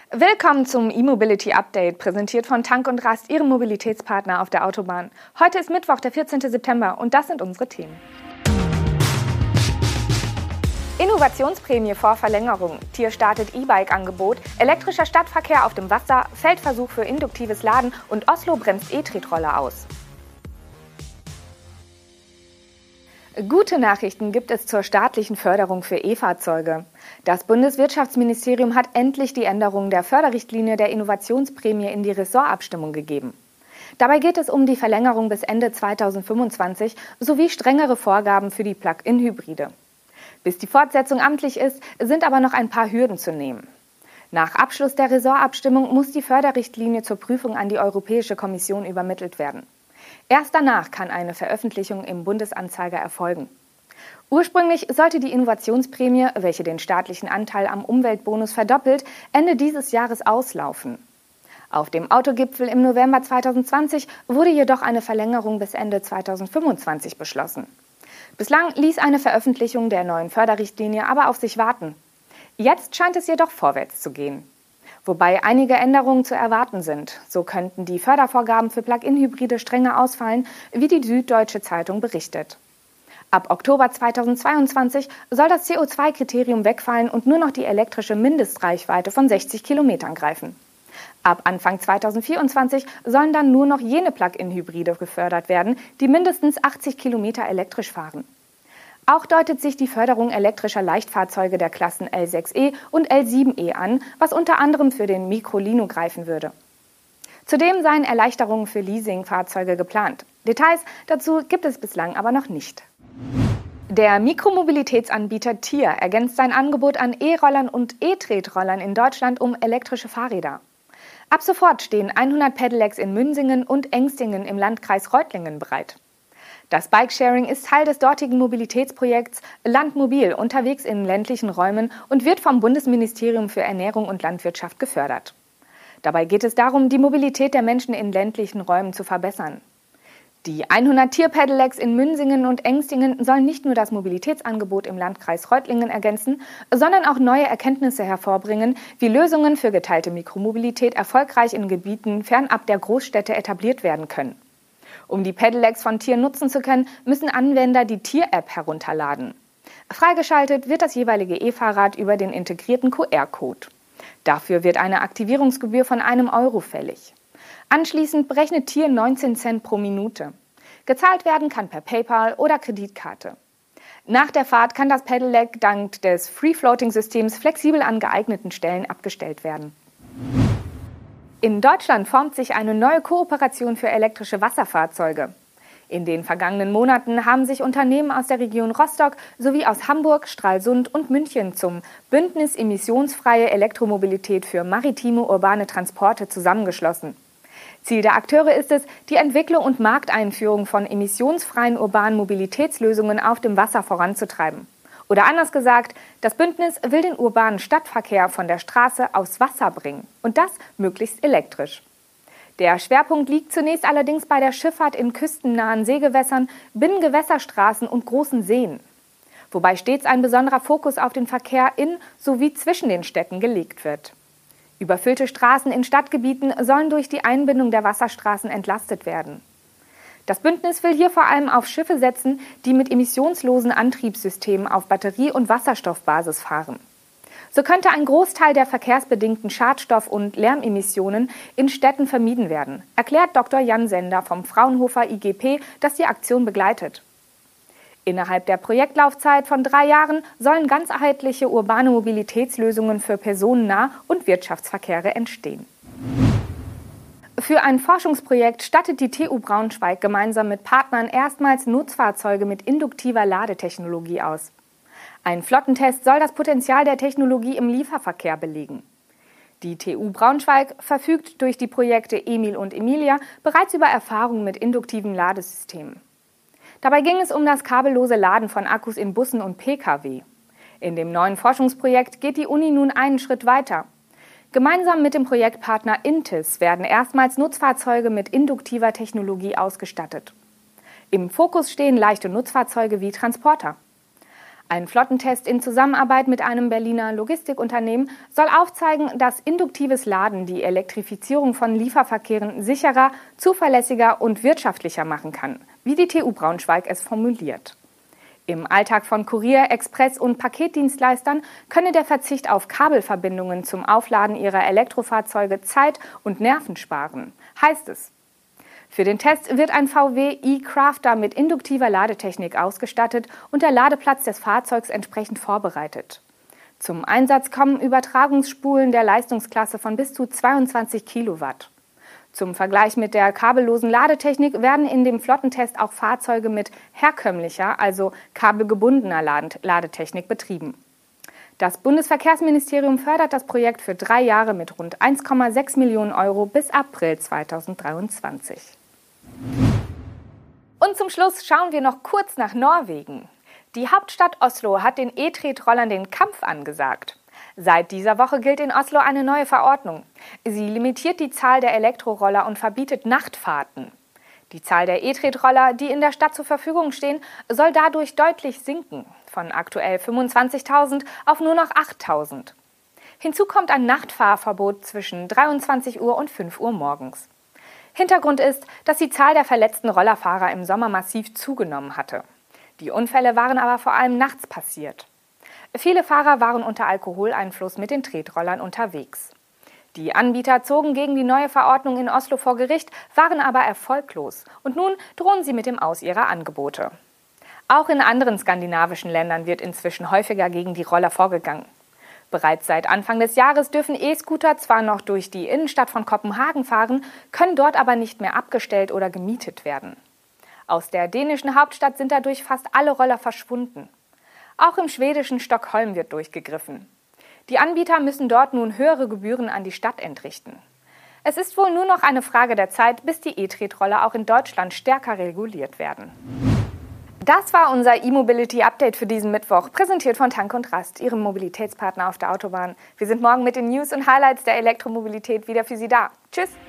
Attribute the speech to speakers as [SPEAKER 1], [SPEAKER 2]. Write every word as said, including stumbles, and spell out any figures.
[SPEAKER 1] Willkommen zum E-Mobility Update, präsentiert von Tank und Rast, Ihrem Mobilitätspartner auf der Autobahn. Heute ist Mittwoch, der vierzehnte September, und das sind unsere Themen. Innovationsprämie vor Verlängerung, Tier startet E-Bike-Angebot, elektrischer Stadtverkehr auf dem Wasser, Feldversuch für induktives Laden und Oslo bremst E-Tretroller aus. Gute Nachrichten gibt es zur staatlichen Förderung für E-Fahrzeuge. Das Bundeswirtschaftsministerium hat endlich die Änderung der Förderrichtlinie der Innovationsprämie in die Ressortabstimmung gegeben. Dabei geht es um die Verlängerung bis Ende zweitausendfünfundzwanzig sowie strengere Vorgaben für die Plug-in-Hybride. Bis die Fortsetzung amtlich ist, sind aber noch ein paar Hürden zu nehmen. Nach Abschluss der Ressortabstimmung muss die Förderrichtlinie zur Prüfung an die Europäische Kommission übermittelt werden. Erst danach kann eine Veröffentlichung im Bundesanzeiger erfolgen. Ursprünglich sollte die Innovationsprämie, welche den staatlichen Anteil am Umweltbonus verdoppelt, Ende dieses Jahres auslaufen. Auf dem Autogipfel im November zweitausendzwanzig wurde jedoch eine Verlängerung bis Ende zweitausendfünfundzwanzig beschlossen. Bislang ließ eine Veröffentlichung der neuen Förderrichtlinie aber auf sich warten. Jetzt scheint es jedoch vorwärts zu gehen. Wobei einige Änderungen zu erwarten sind. So könnten die Fördervorgaben für Plug-in-Hybride strenger ausfallen, wie die Süddeutsche Zeitung berichtet. Ab Oktober zweitausendzweiundzwanzig soll das C O zwei Kriterium wegfallen und nur noch die elektrische Mindestreichweite von sechzig Kilometern greifen. Ab Anfang zweitausendvierundzwanzig sollen dann nur noch jene Plug-in-Hybride gefördert werden, die mindestens achtzig Kilometer elektrisch fahren. Auch deutet sich die Förderung elektrischer Leichtfahrzeuge der Klassen L sechs E und L sieben E an, was unter anderem für den Microlino greifen würde. Zudem seien Erleichterungen für Leasingfahrzeuge geplant. Details dazu gibt es bislang aber noch nicht. Der Mikromobilitätsanbieter Tier ergänzt sein Angebot an E-Rollern und E-Tretrollern in Deutschland um elektrische Fahrräder. Ab sofort stehen hundert Pedelecs in Münsingen und Engstingen im Landkreis Reutlingen bereit. Das Bikesharing ist Teil des dortigen Mobilitätsprojekts Landmobil, unterwegs in ländlichen Räumen, und wird vom Bundesministerium für Ernährung und Landwirtschaft gefördert. Dabei geht es darum, die Mobilität der Menschen in ländlichen Räumen zu verbessern. Die hundert Tier-Pedelecs in Münsingen und Engstingen sollen nicht nur das Mobilitätsangebot im Landkreis Reutlingen ergänzen, sondern auch neue Erkenntnisse hervorbringen, wie Lösungen für geteilte Mikromobilität erfolgreich in Gebieten fernab der Großstädte etabliert werden können. Um die Pedelecs von Tier nutzen zu können, müssen Anwender die Tier-App herunterladen. Freigeschaltet wird das jeweilige E-Fahrrad über den integrierten Q R-Code. Dafür wird eine Aktivierungsgebühr von einem Euro fällig. Anschließend berechnet Tier neunzehn Cent pro Minute. Gezahlt werden kann per PayPal oder Kreditkarte. Nach der Fahrt kann das Pedelec dank des Free-Floating-Systems flexibel an geeigneten Stellen abgestellt werden. In Deutschland formt sich eine neue Kooperation für elektrische Wasserfahrzeuge. In den vergangenen Monaten haben sich Unternehmen aus der Region Rostock sowie aus Hamburg, Stralsund und München zum Bündnis Emissionsfreie Elektromobilität für maritime urbane Transporte zusammengeschlossen. Ziel der Akteure ist es, die Entwicklung und Markteinführung von emissionsfreien urbanen Mobilitätslösungen auf dem Wasser voranzutreiben. Oder anders gesagt, das Bündnis will den urbanen Stadtverkehr von der Straße aufs Wasser bringen. Und das möglichst elektrisch. Der Schwerpunkt liegt zunächst allerdings bei der Schifffahrt in küstennahen Seegewässern, Binnengewässerstraßen und großen Seen. Wobei stets ein besonderer Fokus auf den Verkehr in sowie zwischen den Städten gelegt wird. Überfüllte Straßen in Stadtgebieten sollen durch die Einbindung der Wasserstraßen entlastet werden. Das Bündnis will hier vor allem auf Schiffe setzen, die mit emissionslosen Antriebssystemen auf Batterie- und Wasserstoffbasis fahren. So könnte ein Großteil der verkehrsbedingten Schadstoff- und Lärmemissionen in Städten vermieden werden, erklärt Doktor Jan Sender vom Fraunhofer I G P, das die Aktion begleitet. Innerhalb der Projektlaufzeit von drei Jahren sollen ganzheitliche urbane Mobilitätslösungen für Personennah- und Wirtschaftsverkehre entstehen. Für ein Forschungsprojekt stattet die T U Braunschweig gemeinsam mit Partnern erstmals Nutzfahrzeuge mit induktiver Ladetechnologie aus. Ein Flottentest soll das Potenzial der Technologie im Lieferverkehr belegen. Die T U Braunschweig verfügt durch die Projekte Emil und Emilia bereits über Erfahrungen mit induktiven Ladesystemen. Dabei ging es um das kabellose Laden von Akkus in Bussen und P K W. In dem neuen Forschungsprojekt geht die Uni nun einen Schritt weiter. Gemeinsam mit dem Projektpartner Intis werden erstmals Nutzfahrzeuge mit induktiver Technologie ausgestattet. Im Fokus stehen leichte Nutzfahrzeuge wie Transporter. Ein Flottentest in Zusammenarbeit mit einem Berliner Logistikunternehmen soll aufzeigen, dass induktives Laden die Elektrifizierung von Lieferverkehren sicherer, zuverlässiger und wirtschaftlicher machen kann, wie die T U Braunschweig es formuliert. Im Alltag von Kurier-, Express- und Paketdienstleistern könne der Verzicht auf Kabelverbindungen zum Aufladen ihrer Elektrofahrzeuge Zeit und Nerven sparen, heißt es. Für den Test wird ein V W e-Crafter mit induktiver Ladetechnik ausgestattet und der Ladeplatz des Fahrzeugs entsprechend vorbereitet. Zum Einsatz kommen Übertragungsspulen der Leistungsklasse von bis zu zweiundzwanzig Kilowatt. Zum Vergleich mit der kabellosen Ladetechnik werden in dem Flottentest auch Fahrzeuge mit herkömmlicher, also kabelgebundener Ladetechnik betrieben. Das Bundesverkehrsministerium fördert das Projekt für drei Jahre mit rund eins Komma sechs Millionen Euro bis April zweitausenddreiundzwanzig. Und zum Schluss schauen wir noch kurz nach Norwegen. Die Hauptstadt Oslo hat den E-Tretrollern den Kampf angesagt. Seit dieser Woche gilt in Oslo eine neue Verordnung. Sie limitiert die Zahl der Elektroroller und verbietet Nachtfahrten. Die Zahl der E-Tretroller, die in der Stadt zur Verfügung stehen, soll dadurch deutlich sinken, von aktuell fünfundzwanzigtausend auf nur noch achttausend. Hinzu kommt ein Nachtfahrverbot zwischen dreiundzwanzig Uhr und fünf Uhr morgens. Hintergrund ist, dass die Zahl der verletzten Rollerfahrer im Sommer massiv zugenommen hatte. Die Unfälle waren aber vor allem nachts passiert. Viele Fahrer waren unter Alkoholeinfluss mit den Tretrollern unterwegs. Die Anbieter zogen gegen die neue Verordnung in Oslo vor Gericht, waren aber erfolglos und nun drohen sie mit dem Aus ihrer Angebote. Auch in anderen skandinavischen Ländern wird inzwischen häufiger gegen die Roller vorgegangen. Bereits seit Anfang des Jahres dürfen E-Scooter zwar noch durch die Innenstadt von Kopenhagen fahren, können dort aber nicht mehr abgestellt oder gemietet werden. Aus der dänischen Hauptstadt sind dadurch fast alle Roller verschwunden. Auch im schwedischen Stockholm wird durchgegriffen. Die Anbieter müssen dort nun höhere Gebühren an die Stadt entrichten. Es ist wohl nur noch eine Frage der Zeit, bis die E-Tretroller auch in Deutschland stärker reguliert werden. Das war unser E-Mobility-Update für diesen Mittwoch, präsentiert von Tank und Rast, Ihrem Mobilitätspartner auf der Autobahn. Wir sind morgen mit den News und Highlights der Elektromobilität wieder für Sie da. Tschüss!